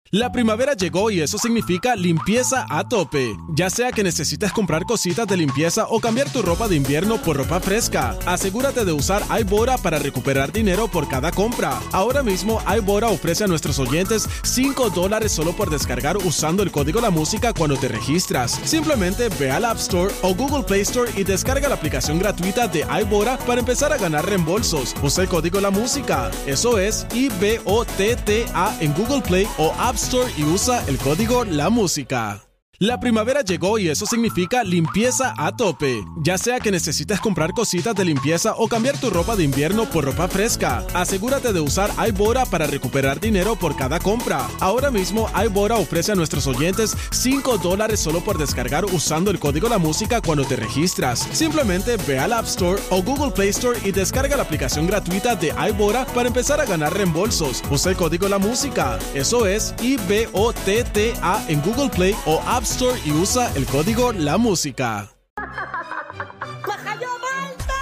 La primavera llegó y eso significa limpieza a tope. Ya sea que necesites comprar cositas de limpieza o cambiar tu ropa de invierno por ropa fresca, asegúrate de usar iBora para recuperar dinero por cada compra. Ahora mismo iBora ofrece a nuestros oyentes $5 solo por descargar usando el código La Música cuando te registras. Simplemente ve al App Store o Google Play Store y descarga la aplicación gratuita de iBora para empezar a ganar reembolsos. Usa el código La Música. Eso es IBOTTA en Google Play o App Store y usa el código La Música. La primavera llegó y eso significa limpieza a tope. Ya sea que necesites comprar cositas de limpieza o cambiar tu ropa de invierno por ropa fresca, asegúrate de usar iBora para recuperar dinero por cada compra. Ahora mismo iBora ofrece a nuestros oyentes $5 solo por descargar usando el código La Música cuando te registras. Simplemente ve al App Store o Google Play Store y descarga la aplicación gratuita de iBora para empezar a ganar reembolsos. Usa el código La Música. Eso es IBOTTA en Google Play o App Store y usa el código La Música. ¡Majayo Malta!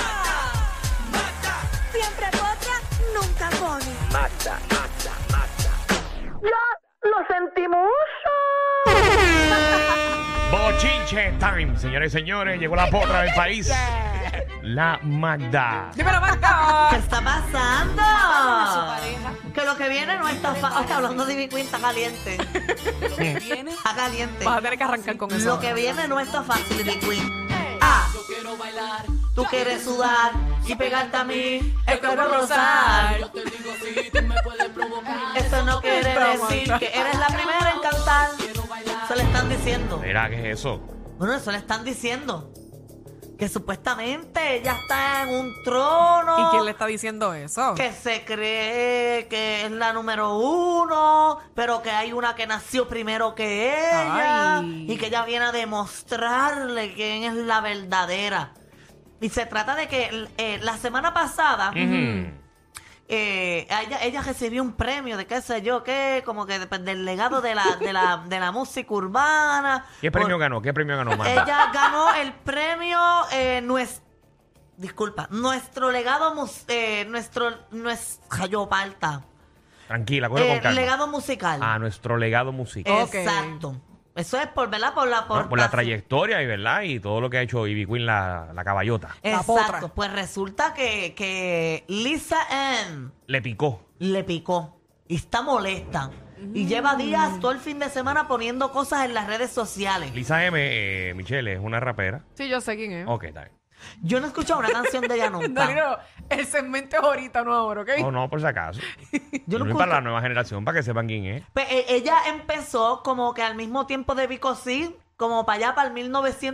Siempre potra, nunca pone. ¡Ya lo sentimos! Bochinche time, señores y señores. Llegó la potra del país. La Magda. ¡Dímelo, Magda! ¿Qué está pasando? Que lo que viene no está fácil. Hablando de mi Queen, está caliente. ¿Viene? Está caliente. Vas a tener que arrancar con eso. Lo que viene no está fácil, mi Queen. Ah, Yo quiero bailar, tú quieres sudar y pegarte a mí el cuerpo rosar. yo te digo si tú me puedes provocar. Eso no quiere decir que eres la primera en cantar. Eso le están diciendo. Mira, ¿qué es eso? Bueno, eso le están diciendo. Que supuestamente ella está en un trono. ¿Y quién le está diciendo eso? Que se cree que es la número 1, pero que hay una que nació primero que ella. Ay. Y que ella viene a demostrarle quién es la verdadera. Y se trata de que la semana pasada ella recibió un premio de qué sé yo qué, como que del legado de la música urbana. ¿Qué premio ganó? ¿Qué premio ganó, Magda? Ella ganó el premio nuestro legado Jayo Palta. Tranquila, cógelo con calma. Legado musical. Nuestro legado musical. Ok. Exacto. Eso es por, ¿verdad? Por Por la trayectoria y, ¿verdad? Y todo lo que ha hecho Ivy Queen, la caballota. La potra. Exacto. Pues resulta que Lisa Ann Le picó. le picó y está molesta. Y lleva días, todo el fin de semana, poniendo cosas en las redes sociales. Lisa M, Michelle, es una rapera. Sí, yo sé quién es. Ok, está bien. Yo no he escuchado una canción de ella nunca. Danilo, el segmento es ahorita, no ahora, ¿ok? No, por si acaso. Yo no Y para la nueva generación, para que sepan quién es. Pues, ella empezó como que al mismo tiempo de Vico C, como para allá, para el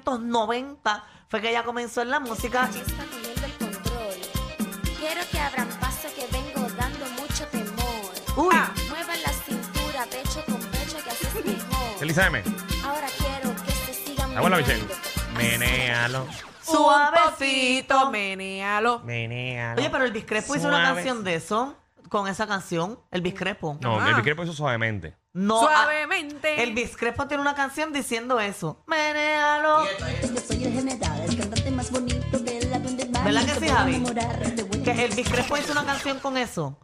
1990, fue que ella comenzó en la música. Está cogiendo el control. Quiero que abran paso que vengo dando mucho temor. Uy, Muevan la cintura, pecho con pecho que así es mejor. ¿Qué Lisa M? Ahora quiero que se sigan ¿Está buena, Michelle? meneando. Menéalo. suavecito. Menéalo. Menéalo. Oye, pero el Biscrepo hizo una Suave. canción de eso, con esa canción, el Biscrepo. No, Ajá. el Biscrepo hizo suavemente. No, Suavemente. el Biscrepo tiene una canción diciendo eso. Menéalo. Yo soy el general, el cantante más bonito de la donde va. ¿Verdad que sí, Te voy a Javi? enamorar, te voy a Que el Biscrepo hizo una canción con eso.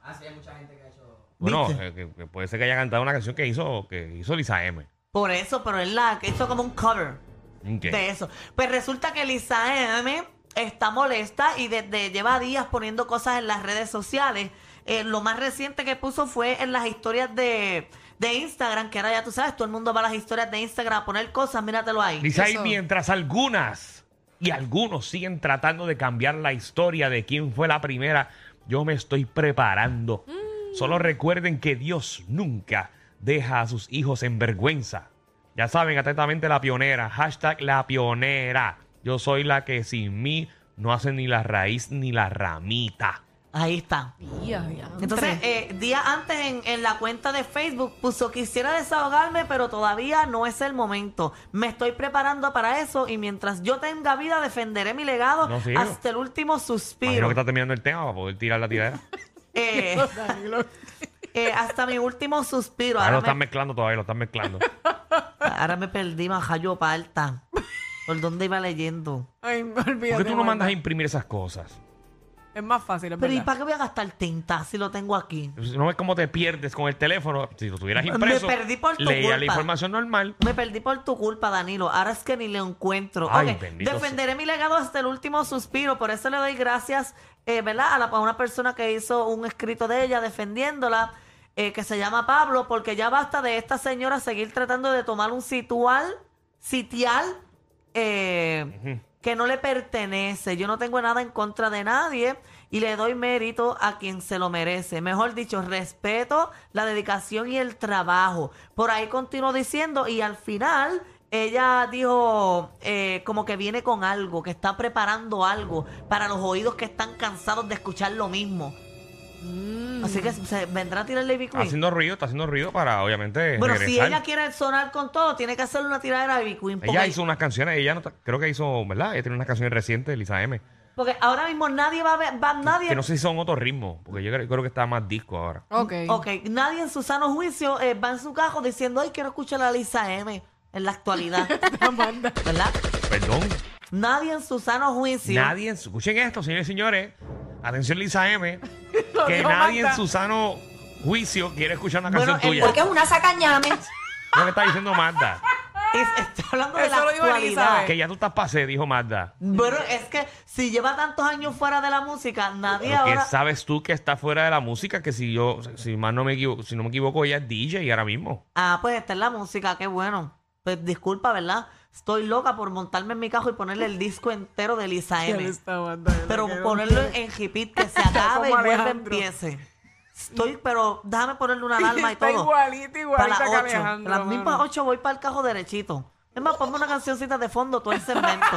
Bueno, ¿Viste? que puede ser que haya cantado una canción que hizo Lisa M. Por eso, pero él la que hizo como un cover Ok. de eso. Pues resulta que Lisa M está molesta y lleva días poniendo cosas en las redes sociales. Lo más reciente que puso fue en las historias de Instagram, que ahora ya tú sabes, todo el mundo va a las historias de Instagram a poner cosas, míratelo ahí. Dice ahí, Eso. mientras algunas y algunos siguen tratando de cambiar la historia de quién fue la primera, yo me estoy preparando. Solo recuerden que Dios nunca deja a sus hijos en vergüenza. Ya saben, atentamente la pionera. Hashtag la pionera. Yo soy la que sin mí no hace ni la raíz ni la ramita. Ahí está. Ya, ya. Entonces, día antes en la cuenta de Facebook puso: quisiera desahogarme, pero todavía no es el momento. Me estoy preparando para eso y mientras yo tenga vida defenderé mi legado No, sí. hasta el último Imagino suspiro. que está terminando el tema para poder tirar la tiradera. Hasta mi último suspiro. Ahora lo Ahora están me, mezclando todavía, lo están mezclando. ahora me perdí, majayo palta. ¿Por dónde iba leyendo? Ay, me ¿Por olvidé. qué tú no mandas a imprimir esas cosas? Es más fácil, es Pero ¿y verdad. para qué voy a gastar tinta si lo tengo aquí? No ves cómo te pierdes con el teléfono. Si lo tuvieras Me impreso, perdí por tu leía la culpa. información normal. Me perdí por tu culpa, Danilo. Ahora es que ni lo encuentro. Ay, Ok, bendito defenderé mi legado hasta el último suspiro. Por eso le doy gracias, ¿verdad? A una persona que hizo un escrito de ella defendiéndola, que se llama Pablo, porque ya basta de esta señora seguir tratando de tomar un sitial que no le pertenece. Yo no tengo nada en contra de nadie y le doy mérito a quien se lo merece. Mejor dicho, respeto la dedicación y el trabajo. Por ahí continuó diciendo y al final ella dijo como que viene con algo, que está preparando algo para los oídos que están cansados de escuchar lo mismo. Así que se vendrá a tirar Ivy Queen. Está haciendo ruido para, obviamente, Bueno, regresar. si ella quiere sonar con todo, tiene que hacerle una tiradera a Ivy Queen. Ella hizo unas canciones, creo que hizo, ¿verdad? Ella tiene unas canciones recientes, Lisa M. Porque ahora mismo nadie va a ver, nadie... Que no sé si son otros ritmos, porque yo creo que está más disco ahora. Ok. Ok, nadie en su sano juicio va en su cajo diciendo, ay, quiero escuchar a Lisa M en la actualidad. ¿Verdad? Perdón. Nadie en su sano juicio. Escuchen esto, señores y señores. Atención, Lisa M. Que dijo nadie Magda. en su sano juicio quiere escuchar una Bueno, canción tuya. Porque es una sacañame. Lo que está diciendo Magda. Estoy hablando de Eso la lo dijo actualidad. Elizabeth. Que ya tú estás pasé, dijo Magda. Bueno, es que si lleva tantos años fuera de la música, nadie Pero que ahora... sabes tú que está fuera de la música, que si no me equivoco, ella es DJ ahora mismo. Ah, pues está en la música, qué bueno. Pues disculpa, ¿verdad? Estoy loca por montarme en mi cajo y ponerle el disco entero de Lisa M. Pero ponerlo en repeat, que se acabe y como vuelva Alejandro. empiece. Pero déjame ponerle una alarma y Está todo. igualita Para las que 8. Alejandro, Las mismas mano. 8 voy para el cajo derechito. Es más, ponme una cancioncita de fondo todo el segmento.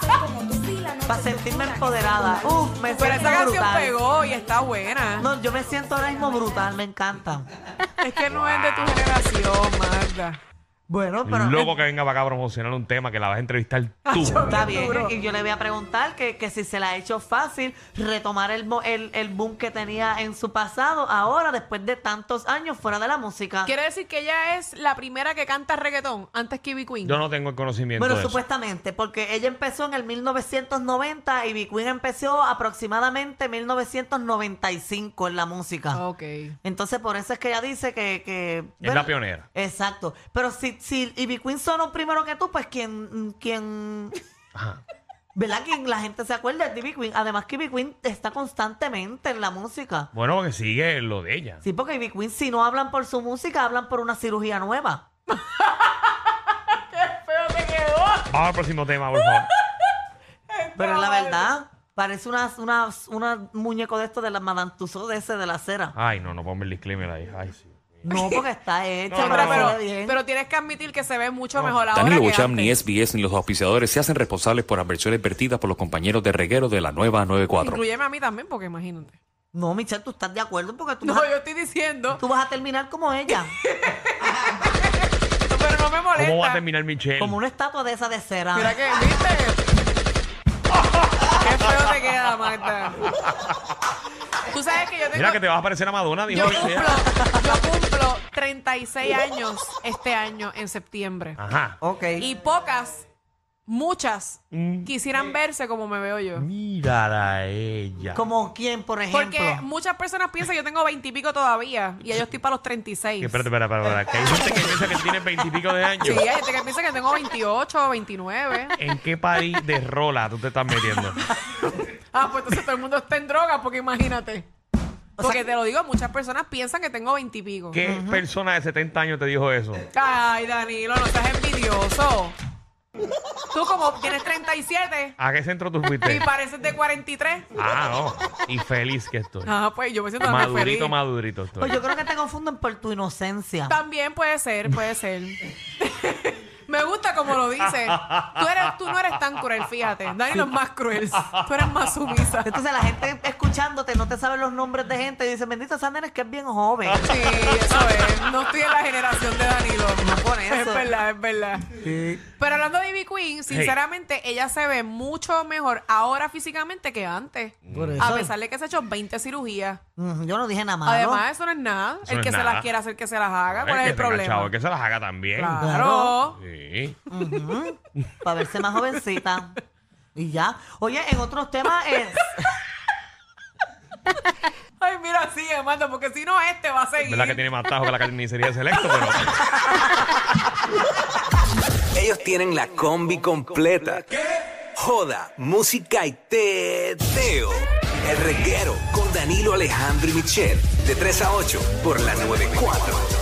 Para sentirme empoderada. Me Pero siento esa canción brutal. pegó y está buena. No, yo me siento ahora mismo brutal, me encanta. Es que no es de tu generación, Magda. Bueno, pero... Loco que venga para acá a promocionar un tema que la vas a entrevistar tú. Está bien, duro. y yo le voy a preguntar que si se le ha hecho fácil retomar el boom que tenía en su pasado, ahora, después de tantos años fuera de la música. Quiere decir que ella es la primera que canta reggaetón antes que Ivy Queen. Yo no tengo el conocimiento Bueno, de eso. supuestamente, porque ella empezó en el 1990 y Ivy Queen empezó aproximadamente en 1995 en la música. Ok. Entonces, por eso es que ella dice que Es la pionera. Exacto. Pero si Ivy Queen sonó primero que tú, pues quien Ajá. ¿verdad? Que la gente se acuerda de Ivy Queen. Además que Ivy Queen está constantemente en la música. Bueno, porque sigue lo de ella. Sí, porque Ivy Queen, si no hablan por su música, hablan por una cirugía nueva. Feo te quedó. Vamos al próximo tema, por favor. Pero es la verdad. Parece una muñeco de esto de la Madame Tussauds de ese de la cera. Ay, no ponme el disclaimer ahí. Ay, sí. No, porque está hecha. No, Pero, no, pero no. se ve bien. pero tienes que admitir que se ve mucho mejor ahora Danilo que Bocham, antes. ni SBS ni los auspiciadores se hacen responsables por adversiones vertidas por los compañeros de reguero de la nueva 94. Incluyeme a mí también, porque imagínate. No, Michelle, tú estás de acuerdo porque tú, No, vas, yo estoy diciendo, tú vas a terminar como ella. pero no me molesta. ¿Cómo va a terminar Michelle? Como una estatua de esa de cera. Mira que, ¿viste? Qué feo te queda, Magda. Tú sabes que yo tengo... Mira que te vas a parecer a Madonna, dijo yo Michelle. cumplo 36 años este año, en septiembre. Ajá. Ok. Y muchas, quisieran verse como me veo yo. Mírala a ella. ¿Como quién, por ejemplo? Porque muchas personas piensan que yo tengo 20 y pico todavía. Y yo estoy para los 36. Que, espérate. Que hay gente que piensa que tiene 20 y pico de años. Sí, hay gente que piensa que tengo 28 o 29. ¿En qué parís de rola tú te estás metiendo? Ah, pues entonces todo el mundo está en droga, porque imagínate. Porque te lo digo, muchas personas piensan que tengo 20 y pico. ¿Qué persona de 70 años te dijo eso? Ay, Danilo, no seas envidioso. Tú como tienes 37 ¿A qué centro tú y fuiste? pareces de 43. Ah, no. Y feliz que estoy. Ah, pues yo me siento también feliz. Madurito estoy. Pues yo creo que te confunden por tu inocencia. También puede ser, puede ser. Me gusta como lo dices. Tú no eres tan cruel, fíjate. Danilo es más cruel. Tú eres más sumisa. Entonces la gente escuchándote no te sabe los nombres de gente y dice, bendito esa nena es que es bien joven. Sí, eso es. No estoy en la generación de Danilo. No por eso. Es verdad, es verdad. Pero hablando de Ivy Queen, sinceramente, ella se ve mucho mejor ahora físicamente que antes. Por eso. A pesar de que se ha hecho 20 cirugías. Yo no dije nada malo. Además, eso no es nada. Eso El no que es se nada. las quiera hacer, que se las haga. ¿Cuál El es que el tenga problema? chavo, el que se las haga también. Claro. Sí. Para verse más jovencita. Y ya. Oye, en otros temas es... Ay, mira, sigue, manda, porque si no, este va a seguir. ¿Verdad que tiene más tajo que la carnicería de Selecto? Pero... Ellos tienen la combi completa. Joda, música y teo. El reguero con Danilo, Alejandro y Michelle. De 3 a 8 por la 94.